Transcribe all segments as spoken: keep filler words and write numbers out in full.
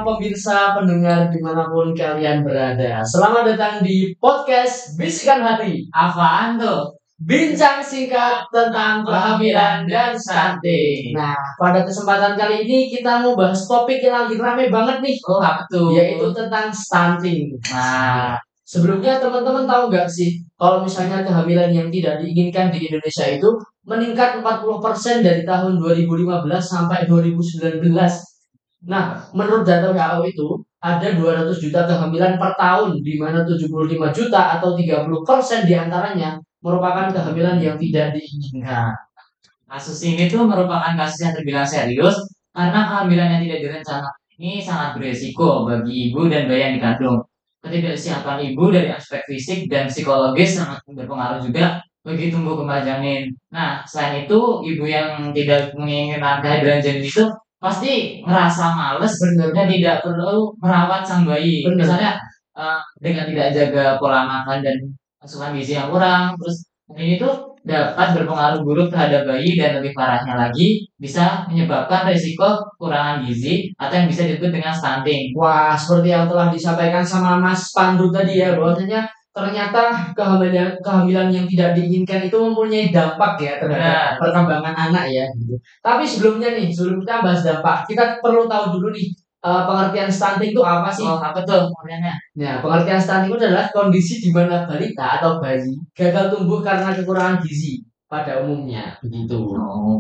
malam pemirsa pendengar dimanapun kalian berada. Selamat datang di podcast Bisikan Hati. Apaan tuh? Bincang singkat tentang kehamilan dan stunting. Nah, pada kesempatan kali ini kita mau bahas topik yang lagi rame banget nih. Oh, apa tuh? Yaitu tentang stunting. Nah, sebelumnya teman-teman tahu nggak sih kalau misalnya kehamilan yang tidak diinginkan di Indonesia itu meningkat empat puluh persen dari tahun dua ribu lima belas sampai dua ribu sembilan belas. Nah, menurut data W H O itu ada dua ratus juta kehamilan per tahun, di mana tujuh puluh lima juta atau tiga puluh persen diantaranya merupakan kehamilan yang tidak diinginkan. kasus ini tuh merupakan kasus yang terbilang serius karena kehamilan yang tidak direncanakan ini sangat beresiko bagi ibu dan bayi yang dikandung. Ketidaksiapan ibu dari aspek fisik dan psikologis sangat berpengaruh juga bagi tumbuh kembang janin. Nah, selain itu, ibu yang tidak menginginkan kehadiran janin itu pasti merasa males Bener. dan tidak perlu merawat sang bayi. Bener. Misalnya eh, dengan tidak jaga pola makan dan asupan gizi yang kurang, terus ini tuh dapat berpengaruh buruk terhadap bayi dan lebih parahnya lagi bisa menyebabkan risiko kekurangan gizi atau yang bisa disebut dengan stunting. Wah, seperti yang telah disampaikan sama Mas Pandu tadi ya, bahwasanya ternyata kehamilan kehamilan yang tidak diinginkan itu mempunyai dampak ya terhadap Benar. perkembangan anak ya gitu. Tapi sebelumnya nih, sebelum kita bahas dampak, kita perlu tahu dulu nih eh, pengertian stunting itu apa sih? Oh, apa tuh pengertiannya? Nah, pengertian stunting itu adalah kondisi di mana balita atau bayi gagal tumbuh karena kekurangan gizi pada umumnya begitu. Oh,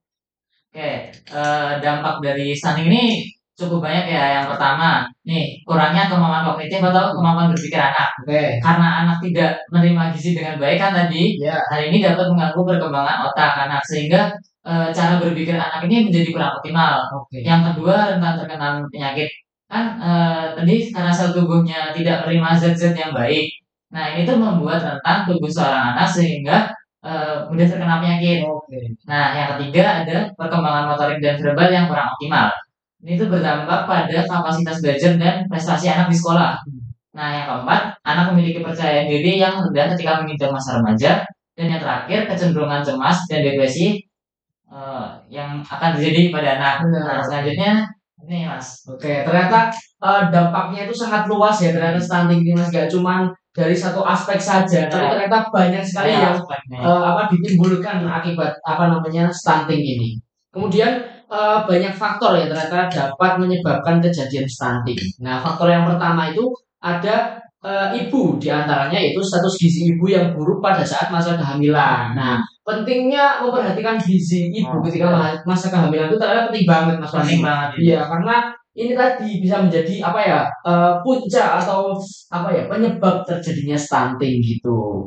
oke. Eh, dampak dari stunting ini cukup banyak ya. Yang pertama, nih kurangnya kemampuan kognitif atau kemampuan berpikir anak. Oke. Karena anak tidak menerima gizi dengan baik kan tadi, Ya. hal ini dapat mengganggu perkembangan otak anak sehingga eh, cara berpikir anak ini menjadi kurang optimal. Oke. Yang kedua, rentan terkena penyakit. Kan eh, tadi karena sel tubuhnya tidak menerima zat-zat yang baik. Nah, ini tuh membuat rentan tubuh seorang anak sehingga eh, mudah terkena penyakit. Oke. Nah, yang ketiga ada perkembangan motorik dan verbal yang kurang optimal. Ini tuh berdampak pada kapasitas belajar dan prestasi anak di sekolah. Nah, yang keempat, anak memiliki percaya diri yang rendah ketika menginjak masa remaja. Dan yang terakhir, kecenderungan cemas dan depresi eh, yang akan terjadi pada anak. Benar. Nah, selanjutnya ini Mas. Oke, ternyata eh, dampaknya itu sangat luas ya ternyata stunting ini Mas, gak cuman dari satu aspek saja, tapi Ya. ternyata banyak sekali Banyak yang aspeknya. eh, apa ditimbulkan akibat apa namanya stunting ini. Kemudian eh, banyak faktor ya ternyata dapat menyebabkan kejadian stunting. Nah, faktor yang pertama itu ada eh, ibu, diantaranya itu status gizi ibu yang buruk pada saat masa kehamilan. Nah, pentingnya memperhatikan gizi ibu Oh, ketika ma- masa kehamilan itu ternyata penting banget Mas Fandi. Penting banget ini. Iya, karena ini tadi bisa menjadi apa ya eh, puncak atau apa ya penyebab terjadinya stunting gitu.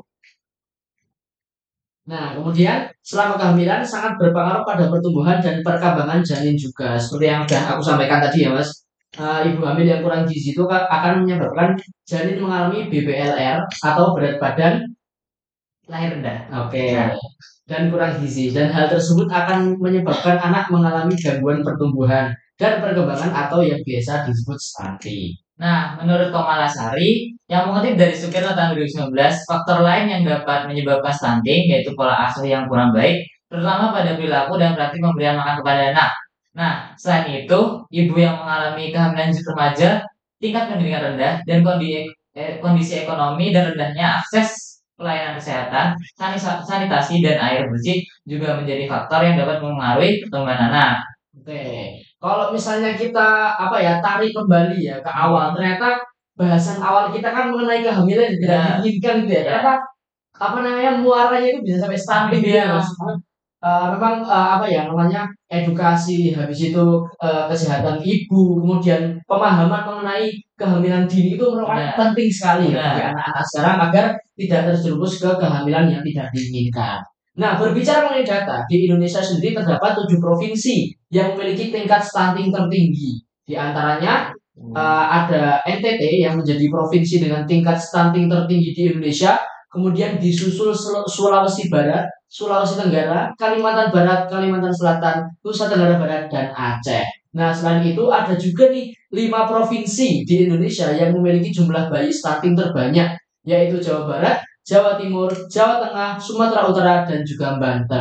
Nah, kemudian selama kehamilan sangat berpengaruh pada pertumbuhan dan perkembangan janin juga. Seperti yang sudah aku sampaikan tadi ya, Mas. Eh, ibu hamil yang kurang gizi itu ka- akan menyebabkan janin mengalami B B L R atau berat badan Lahir rendah. oke Nah. dan kurang gizi, dan hal tersebut akan menyebabkan anak mengalami gangguan pertumbuhan dan perkembangan atau yang biasa disebut stunting. Nah, menurut Komalasari, yang mengutip dari Sukirno tahun dua ribu sembilan belas, faktor lain yang dapat menyebabkan stunting yaitu pola asuh yang kurang baik, terutama pada perilaku dan praktik pemberian makan kepada anak. Nah, selain itu, ibu yang mengalami kehamilan remaja, tingkat pendidikan rendah, dan kondisi, eh, kondisi ekonomi dan rendahnya akses pelayanan kesehatan, sanisa- sanitasi, dan air bersih juga menjadi faktor yang dapat mempengaruhi pertumbuhan anak. Oke, kalau misalnya kita apa ya tarik kembali ya ke awal, ternyata bahasan awal kita kan mengenai kehamilan yang tidak Ya. diinginkan gitu ya. Ya. Ternyata apa namanya muaranya itu bisa sampai stunting gitu ya, Mas. Eh, memang eh, apa ya namanya edukasi, habis itu eh, kesehatan ibu, kemudian pemahaman mengenai kehamilan dini itu merupakan Benar. penting sekali ya Benar. bagi anak-anak sekarang agar tidak terjerumus ke kehamilan yang tidak diinginkan. Nah, berbicara mengenai data, di Indonesia sendiri terdapat tujuh provinsi yang memiliki tingkat stunting tertinggi. Di antaranya eh, ada N T T yang menjadi provinsi dengan tingkat stunting tertinggi di Indonesia, kemudian disusul Sul- Sulawesi Barat, Sulawesi Tenggara, Kalimantan Barat, Kalimantan Selatan, Nusa Tenggara Barat, dan Aceh. Nah, selain itu ada juga nih lima provinsi di Indonesia yang memiliki jumlah bayi stunting terbanyak, yaitu Jawa Barat, Jawa Timur, Jawa Tengah, Sumatera Utara, dan juga Banten.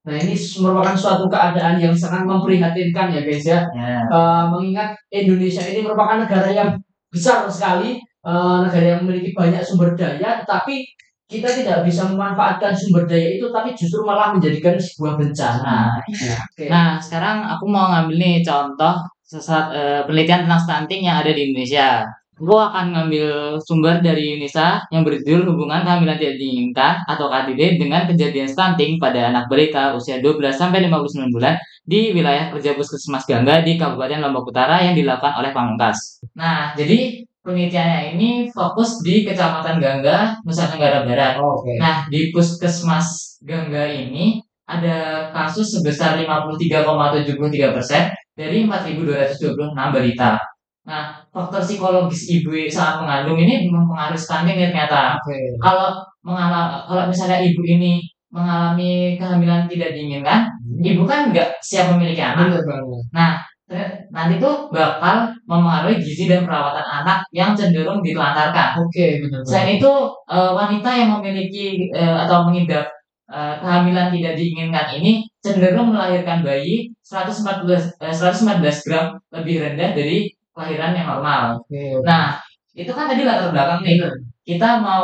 Nah, ini merupakan suatu keadaan yang sangat memprihatinkan ya guys ya. Ya. Uh, mengingat Indonesia ini merupakan negara yang besar sekali, uh, negara yang memiliki banyak sumber daya, tetapi kita tidak bisa memanfaatkan sumber daya itu, tapi justru malah menjadikan sebuah bencana. Nah, okay. Nah, sekarang aku mau ngambil nih contoh sesat, uh, penelitian tentang stunting yang ada di Indonesia. Aku akan ngambil sumber dari UNISA yang berjudul Hubungan Kehamilan Tidak Diinginkan atau K T D dengan Kejadian Stunting pada Anak Balita Usia dua belas sampai lima puluh sembilan bulan di wilayah kerja Puskesmas Gangga di Kabupaten Lombok Utara yang dilakukan oleh Pamungkas. Nah, jadi penelitiannya ini fokus di Kecamatan Gangga, Nusa Tenggara Barat. Oh, okay. Nah, di Puskesmas Gangga ini ada kasus sebesar lima puluh tiga koma tujuh tiga persen dari empat ribu dua ratus dua puluh enam balita. Nah, faktor psikologis ibu saat mengandung ini mempengaruhi stunting ternyata. Okay. Kalau mengalami, kalau misalnya ibu ini mengalami kehamilan tidak diinginkan, hmm. ibu kan nggak siap memiliki anak. Nah, nanti tuh bakal mempengaruhi gizi dan perawatan anak yang cenderung ditelantarkan. Oke, okay, benar. Selain itu, wanita yang memiliki atau mengidap kehamilan tidak diinginkan ini cenderung melahirkan bayi seratus empat belas gram lebih rendah dari kelahiran yang normal. Okay, okay. Nah, itu kan tadi latar belakang nih. Kita mau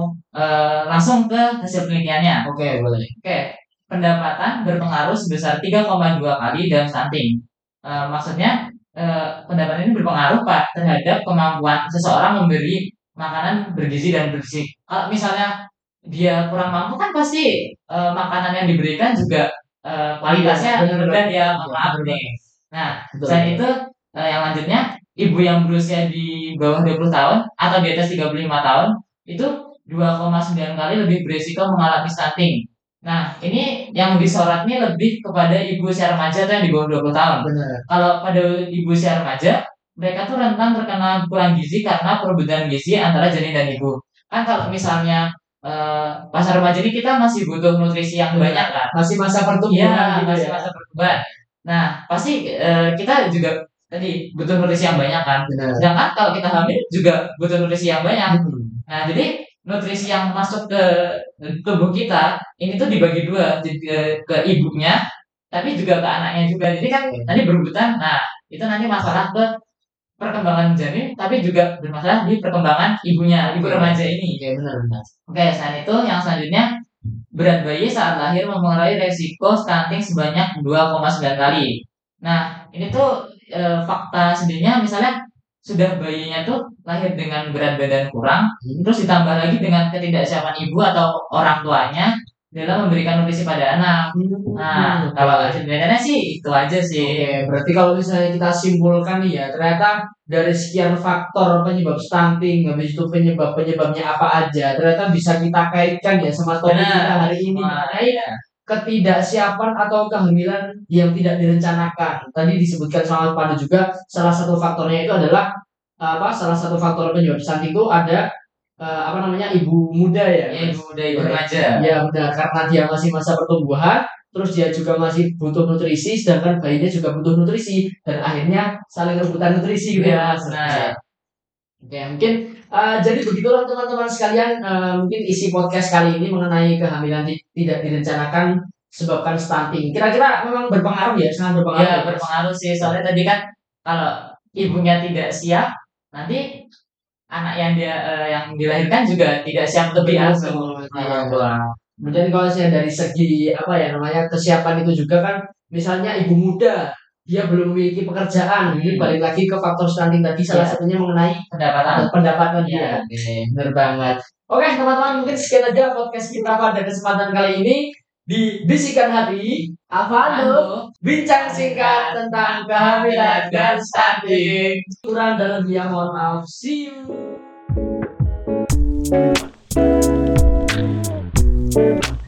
uh, langsung ke hasil penelitiannya. Oke, okay, boleh. Oke, okay. Pendapatan berpengaruh sebesar tiga koma dua kali dalam stunting. Uh, maksudnya uh, pendapatan ini berpengaruh Pak terhadap kemampuan seseorang memberi makanan bergizi dan bersih. Kalau misalnya dia kurang mampu kan pasti uh, makanan yang diberikan juga uh, kualitasnya rendah ya, maaf nih. Nah, selain itu uh, yang lanjutnya ibu yang berusia di bawah dua puluh tahun atau di atas tiga puluh lima tahun itu dua koma sembilan kali lebih berisiko mengalami stunting. Nah, ini yang disorot ini lebih kepada ibu usia remaja atau yang di bawah dua puluh tahun. Benar. Kalau pada ibu usia remaja, mereka tuh rentan terkena kurang gizi karena perebutan gizi antara janin dan ibu. Kan kalau misalnya uh, masa remaja ini kita masih butuh nutrisi yang Benar. banyak kan. Masih masa pertumbuhan ya, gitu masih ya. masa pertumbuhan. Nah, pasti uh, kita juga tadi butuh nutrisi yang banyak kan. Benar. Sedangkan kalau kita hamil juga butuh nutrisi yang banyak. Hmm. Nah, jadi nutrisi yang masuk ke tubuh kita ini tuh dibagi dua, ke, ke ibunya tapi juga ke anaknya juga. Jadi kan hmm. nanti berebutan. Nah, itu nanti masalah ke perkembangan janin tapi juga bermasalah di perkembangan ibunya, ibu remaja ini. Oke, benar benar. Oke, selain itu yang selanjutnya berat bayi saat lahir mempengaruhi resiko stunting sebanyak dua koma sembilan kali. Nah, ini tuh E, fakta sendirinya misalnya sudah bayinya tuh lahir dengan berat badan kurang, hmm. terus ditambah lagi dengan ketidaksiapan ibu atau orang tuanya dalam memberikan nutrisi pada anak. Hmm. Nah, hmm. kalau sebenarnya sih itu aja sih. Oke, berarti kalau misalnya kita simpulkan nih ya, ternyata dari sekian faktor penyebab stunting, habis itu penyebab penyebabnya apa aja, ternyata bisa kita kaitkan ya sama topik kita hari ini. Nah, iya. Ketidaksiapan atau kehamilan yang tidak direncanakan. Tadi disebutkan sama Pandu juga salah satu faktornya itu adalah apa? Salah satu faktor penyebab stunting itu ada uh, apa namanya ibu muda ya. Ya, ibu muda, ibu remaja. Ya benar, karena dia masih masa pertumbuhan, terus dia juga masih butuh nutrisi, sedangkan bayinya juga butuh nutrisi dan akhirnya saling rebutan nutrisi gitu ya. Nah, oke mungkin uh, jadi begitulah teman-teman sekalian, uh, mungkin isi podcast kali ini mengenai kehamilan tidak direncanakan sebabkan stunting. Kira-kira memang berpengaruh ya, sangat berpengaruh. Ya, berpengaruh sih. Soalnya tadi kan kalau ibunya tidak siap, nanti anak yang dia uh, yang dilahirkan juga tidak siap lebih asuh. Kemudian kalau saya dari segi apa ya namanya kesiapan itu juga kan, misalnya ibu muda dia belum memiliki pekerjaan, hmm. jadi balik lagi ke faktor stunting tadi, salah yeah. satunya mengenai pendapatan pendapatan dia. Yeah. Okay, benar banget. Oke okay, teman-teman, mungkin sekian aja podcast kita pada kesempatan kali ini di Bisikan Hati. Avando, bincang singkat tentang kehamilan dan stunting. Kurang dalam dia mohon maaf. See you.